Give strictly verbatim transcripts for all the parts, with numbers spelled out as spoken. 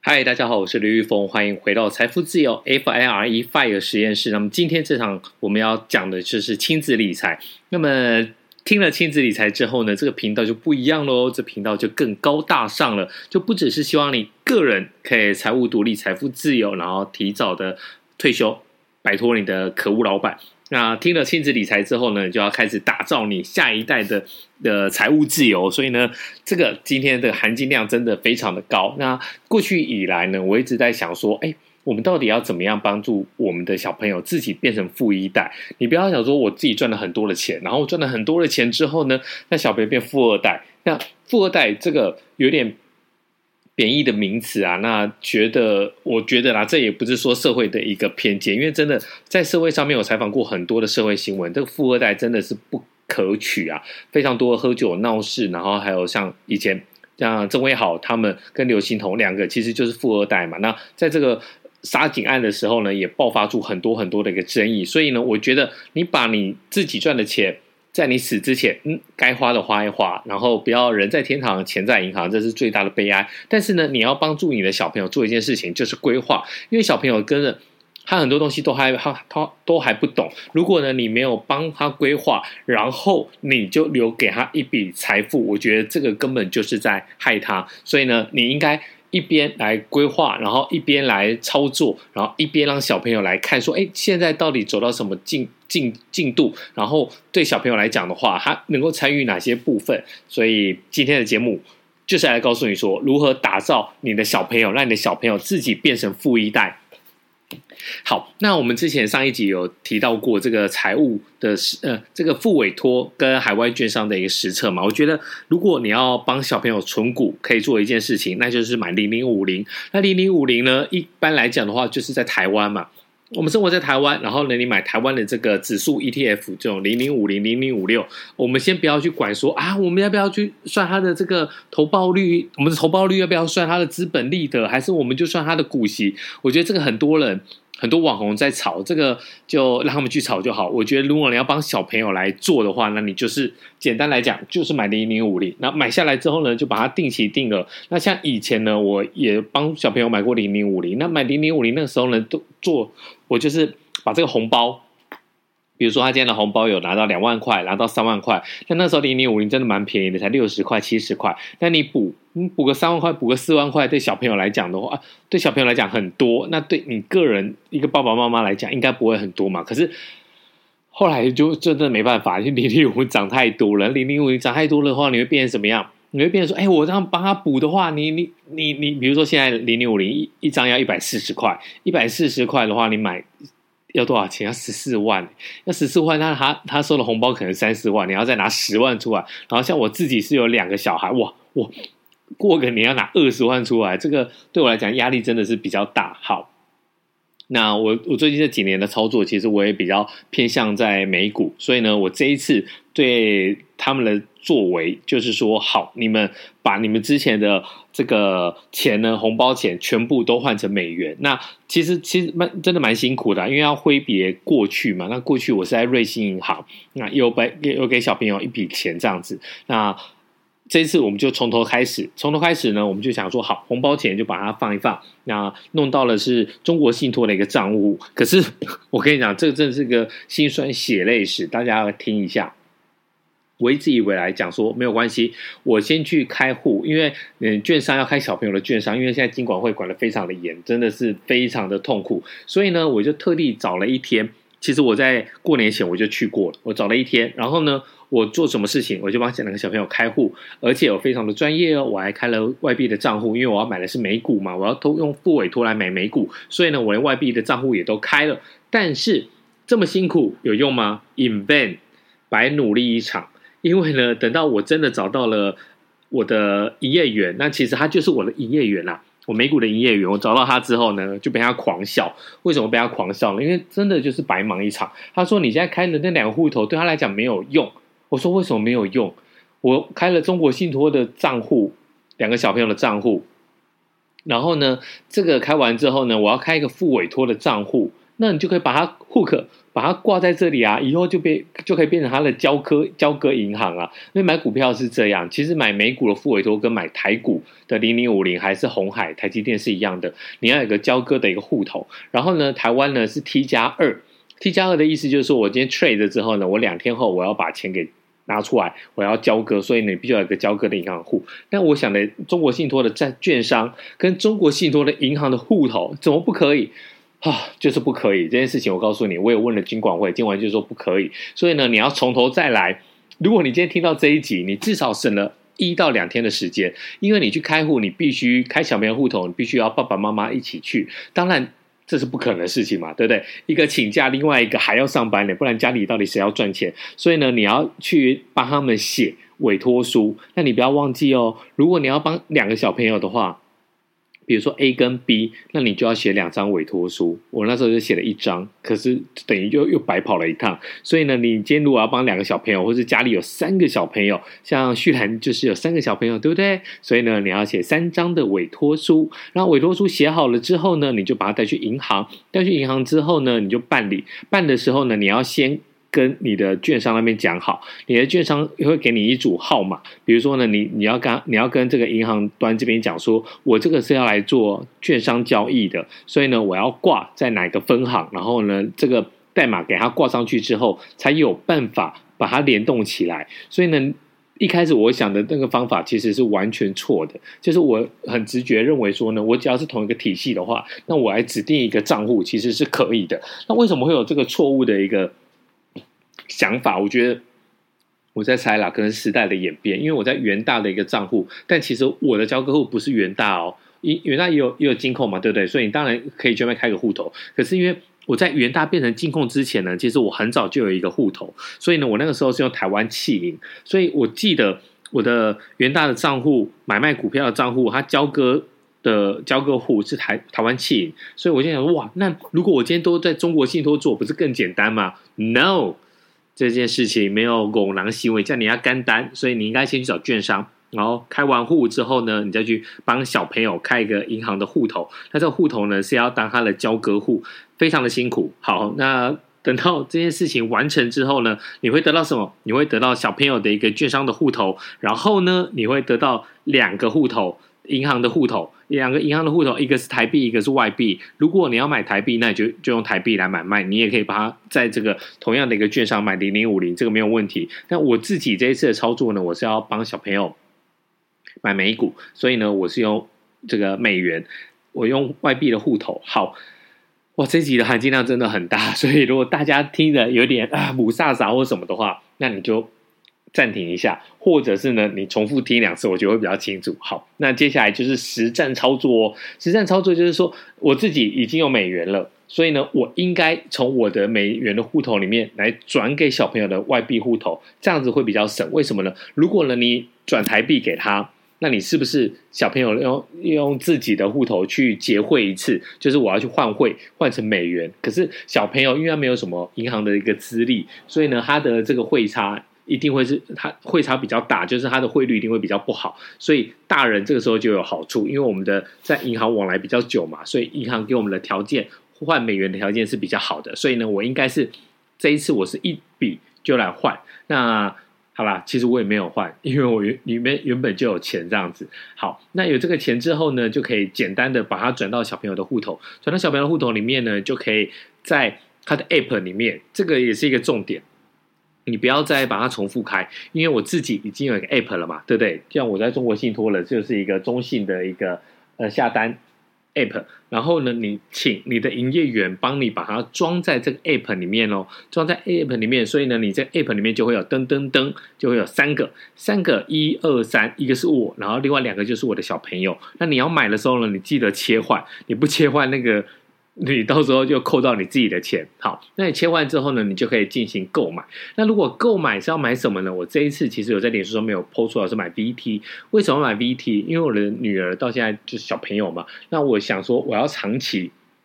嗨，大家好，我是刘玉峰，欢迎回到财富自由 F I R E Fire 实验室。那么今天这场我们要讲的就是亲子理财。那么听了亲子理财之后呢，这个频道就不一样咯，这频道就更高大上了，就不只是希望你个人可以财务独立、财富自由，然后提早的退休，摆脱你的可恶老板。那听了亲子理财之后呢，就要开始打造你下一代的的财务自由。所以呢，这个今天的含金量真的非常的高。那过去以来呢，我一直在想说，哎，我们到底要怎么样帮助我们的小朋友自己变成富一代？你不要想说我自己赚了很多的钱，然后赚了很多的钱之后呢，那小朋友变富二代。那富二代这个有点贬义的名词啊，那觉得我觉得啦，这也不是说社会的一个偏见，因为真的在社会上面，我采访过很多的社会新闻，这个富二代真的是不可取啊，非常多喝酒闹事，然后还有像以前像郑威豪他们跟刘欣彤两个其实就是富二代嘛。那在这个杀警案的时候呢，也爆发出很多很多的一个争议，所以呢，我觉得你把你自己赚的钱，在你死之前，嗯，该花的花一花，然后不要人在天堂，钱在银行，这是最大的悲哀。但是呢，你要帮助你的小朋友做一件事情，就是规划，因为小朋友跟着他很多东西都还他他都还不懂。如果呢你没有帮他规划，然后你就留给他一笔财富，我觉得这个根本就是在害他。所以呢，你应该一边来规划，然后一边来操作，然后一边让小朋友来看说，哎，现在到底走到什么进进进度，然后对小朋友来讲的话，他能够参与哪些部分。所以今天的节目就是来告诉你说，如何打造你的小朋友，让你的小朋友自己变成富一代。好，那我们之前上一集有提到过这个财务的呃这个副委托跟海外券商的一个实测嘛。我觉得如果你要帮小朋友存股，可以做一件事情，那就是买零零五零。那零零五零呢，一般来讲的话，就是在台湾嘛。我们生活在台湾，然后呢，你买台湾的这个指数 E T F， 这种零零五零、零零五六，我们先不要去管说啊，我们要不要去算它的这个投报率？我们的投报率要不要算它的资本利得，还是我们就算它的股息？我觉得这个很多人。很多网红在炒这个，就让他们去炒就好。我觉得如果你要帮小朋友来做的话，那你就是简单来讲，就是买零零五零。那买下来之后呢，就把它定期定额。那像以前呢，我也帮小朋友买过零零五零。那买零零五零那个时候呢，都做我就是把这个红包。比如说他今天的红包有拿到两万块，拿到三万块，但那时候零零五零真的蛮便宜的，才六十块、七十块。那你补，你补个三万块，补个四万块，对小朋友来讲的话，对小朋友来讲很多。那对你个人一个爸爸妈妈来讲，应该不会很多嘛。可是后来就真的没办法，因为零零五零涨太多了。零零五零涨太多的话，你会变成什么样？你会变成说，哎，我这样帮他补的话，你你你你，比如说现在零零五零一一张要一百四十块，一百四十块的话，你买。要多少钱？要十四万，要十四万，那他他收的红包可能三四万，你要再拿十万出来。然后像我自己是有两个小孩，哇，我过个年要拿二十万出来，这个对我来讲压力真的是比较大。好，那我我最近这几年的操作，其实我也比较偏向在美股，所以呢，我这一次对他们的作为就是说，好，你们把你们之前的这个钱呢，红包钱全部都换成美元。那其实其实蛮真的蛮辛苦的、啊，因为要挥别过去嘛。那过去我是在瑞信银行，那有给有给小朋友一笔钱这样子。那这一次我们就从头开始，从头开始呢，我们就想说，好，红包钱就把它放一放。那弄到了是中国信托的一个账户，可是我跟你讲，这个真的是个辛酸血泪史，大家要听一下。我一直以为来讲说没有关系，我先去开户，因为嗯，券商要开小朋友的券商，因为现在金管会管得非常的严，真的是非常的痛苦，所以呢，我就特地找了一天。其实我在过年前我就去过了，我找了一天，然后呢，我做什么事情，我就帮两个小朋友开户，而且我非常的专业哦，我还开了外币的账户，因为我要买的是美股嘛，我要都用副委托来买美股，所以呢，我连外币的账户也都开了。但是这么辛苦有用吗 ？In vain， 白努力一场。因为呢，等到我真的找到了我的营业员，那其实他就是我的营业员啦、啊。我美股的营业员，我找到他之后呢，就被他狂笑。为什么被他狂笑呢？因为真的就是白忙一场。他说：“你现在开的那两个户头对他来讲没有用。”我说：“为什么没有用？我开了中国信托的账户，两个小朋友的账户，然后呢，这个开完之后呢，我要开一个副委托的账户。” 那你就可以把它 hook 把它挂在这里啊，以后就变就可以变成它的交割交割银行啊。因为买股票是这样，其实买美股的复委托跟买台股的零零五零还是鸿海、台积电是一样的，你要有一个交割的一个户头。然后呢，台湾呢是 T 加二 ，T 加二的意思就是说我今天 trade 之后呢，我两天后我要把钱给拿出来，我要交割，所以你必须要有一个交割的银行户。但我想的中国信托的债券商跟中国信托的银行的户头怎么不可以？啊，就是不可以这件事情，我告诉你，我也问了金管会，金管会就说不可以。所以呢，你要从头再来。如果你今天听到这一集，你至少省了一到两天的时间，因为你去开户，你必须开小朋友户头，你必须要爸爸妈妈一起去。当然，这是不可能的事情嘛，对不对？一个请假，另外一个还要上班呢，不然家里到底谁要赚钱？所以呢，你要去帮他们写委托书。那你不要忘记哦，如果你要帮两个小朋友的话，比如说 A 跟 B， 那你就要写两张委托书。我那时候就写了一张，可是等于又又白跑了一趟。所以呢，你今天如果要帮两个小朋友，或是家里有三个小朋友，像旭兰就是有三个小朋友，对不对？所以呢，你要写三张的委托书。然后委托书写好了之后呢，你就把它带去银行。带去银行之后呢，你就办理。办的时候呢，你要先跟你的券商那边讲好，你的券商会给你一组号码，比如说呢，你你要跟你要跟这个银行端这边讲说，我这个是要来做券商交易的，所以呢，我要挂在哪个分行，然后呢，这个代码给它挂上去之后，才有办法把它联动起来。所以呢，一开始我想的那个方法其实是完全错的，就是我很直觉认为说呢，我只要是同一个体系的话，那我来指定一个账户其实是可以的。那为什么会有这个错误的一个想法？我觉得我在猜啦，可能是时代的演变。因为我在元大的一个账户，但其实我的交割户不是元大哦，元大也有也有金控嘛，对不对？所以你当然可以专门开个户头。可是因为我在元大变成金控之前呢，其实我很早就有一个户头，所以呢，我那个时候是用台湾企银，所以我记得我的元大的账户买卖股票的账户，它交割的交割户是台台湾企银，所以我就想说，哇，那如果我今天都在中国信托做，不是更简单吗 ？No。这件事情没有拱狼行为，叫你要干单，所以你应该先去找券商，然后开完户之后呢，你再去帮小朋友开一个银行的户头。那这个户头呢是要当他的交割户，非常的辛苦。好，那等到这件事情完成之后呢，你会得到什么？你会得到小朋友的一个券商的户头，然后呢，你会得到两个户头。银行的户头，两个银行的户头，一个是台币，一个是外币。如果你要买台币，那你就就用台币来买卖，你也可以把它在这个同样的一个券商买零零五零，这个没有问题。但我自己这一次的操作呢，我是要帮小朋友买美股，所以呢，我是用这个美元，我用外币的户头。好，哇，这集的含金量真的很大，所以如果大家听着有点啊母萨萨或什么的话，那你就暂停一下，或者是呢，你重复听两次，我觉得会比较清楚。好，那接下来就是实战操作哦。实战操作就是说，我自己已经有美元了，所以呢，我应该从我的美元的户头里面来转给小朋友的外币户头，这样子会比较省。为什么呢？如果呢你转台币给他，那你是不是小朋友用用自己的户头去结汇一次？就是我要去换汇，换成美元。可是小朋友因为他没有什么银行的一个资历，所以呢，他的这个汇差一定会是它汇差比较大，就是它的汇率一定会比较不好，所以大人这个时候就有好处，因为我们的在银行往来比较久嘛，所以银行给我们的条件换美元的条件是比较好的，所以呢，我应该是这一次我是一笔就来换。那好啦，其实我也没有换，因为我里面原本就有钱这样子。好，那有这个钱之后呢，就可以简单的把它转到小朋友的户头，转到小朋友的户头里面呢，就可以在他的 App 里面，这个也是一个重点。你不要再把它重复开，因为我自己已经有一个 app 了嘛，对不对？像我在中国信托了，就是一个中信的一个呃下单 app， 然后呢，你请你的营业员帮你把它装在这个 app 里面哦，装在 app 里面，所以呢，你在 app 里面就会有噔噔噔，就会有三个，三个一二三，一个是我，然后另外两个就是我的小朋友。那你要买的时候呢，你记得切换，你不切换那个，你到时候就扣到你自己的钱。好，那你切换之后呢，你就可以进行购买。那如果购买是要买什么呢？我这一次其实有在脸书上面有 po 出来是买 V T。为什么买 V T？ 因为我的女儿到现在就是小朋友嘛，那我想说我要长期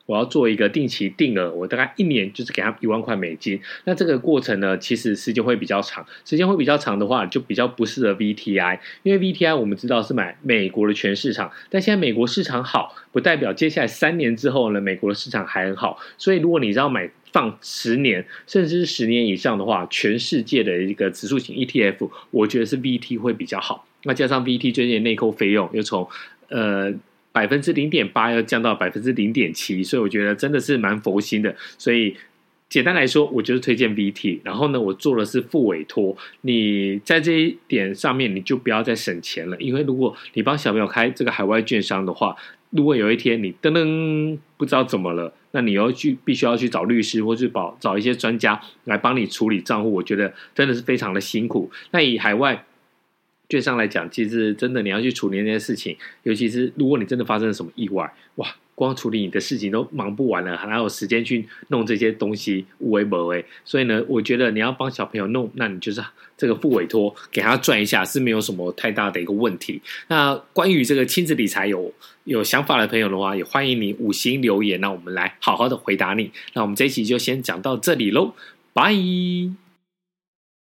我要做一个定期定额，我大概一年就是给他一万块美金。那这个过程呢，其实时间会比较长，时间会比较长的话，就比较不适合 V T I， 因为 V T I 我们知道是买美国的全市场，但现在美国市场好，不代表接下来三年之后呢，美国的市场还很好。所以如果你要买放十年甚至是十年以上的话，全世界的一个指数型 E T F， 我觉得是 V T 会比较好。那加上 V T 最近的内扣费用又从呃百分之零点八要降到百分之零点七，所以我觉得真的是蛮佛心的。所以简单来说，我就是推荐 V T。然后呢，我做的是副委托。你在这一点上面，你就不要再省钱了，因为如果你帮小朋友开这个海外券商的话，如果有一天你噔噔不知道怎么了，那你要去必须要去找律师或是找找一些专家来帮你处理账户，我觉得真的是非常的辛苦。那以海外券商来讲，其实真的你要去处理那些事情，尤其是如果你真的发生了什么意外，哇，光处理你的事情都忙不完了，还有时间去弄这些东西，无为不为。所以呢，我觉得你要帮小朋友弄，那你就是这个副委托给他赚一下，是没有什么太大的一个问题。那关于这个亲子理财有有想法的朋友的话，也欢迎你五星留言，那我们来好好的回答你。那我们这一期就先讲到这里喽，拜。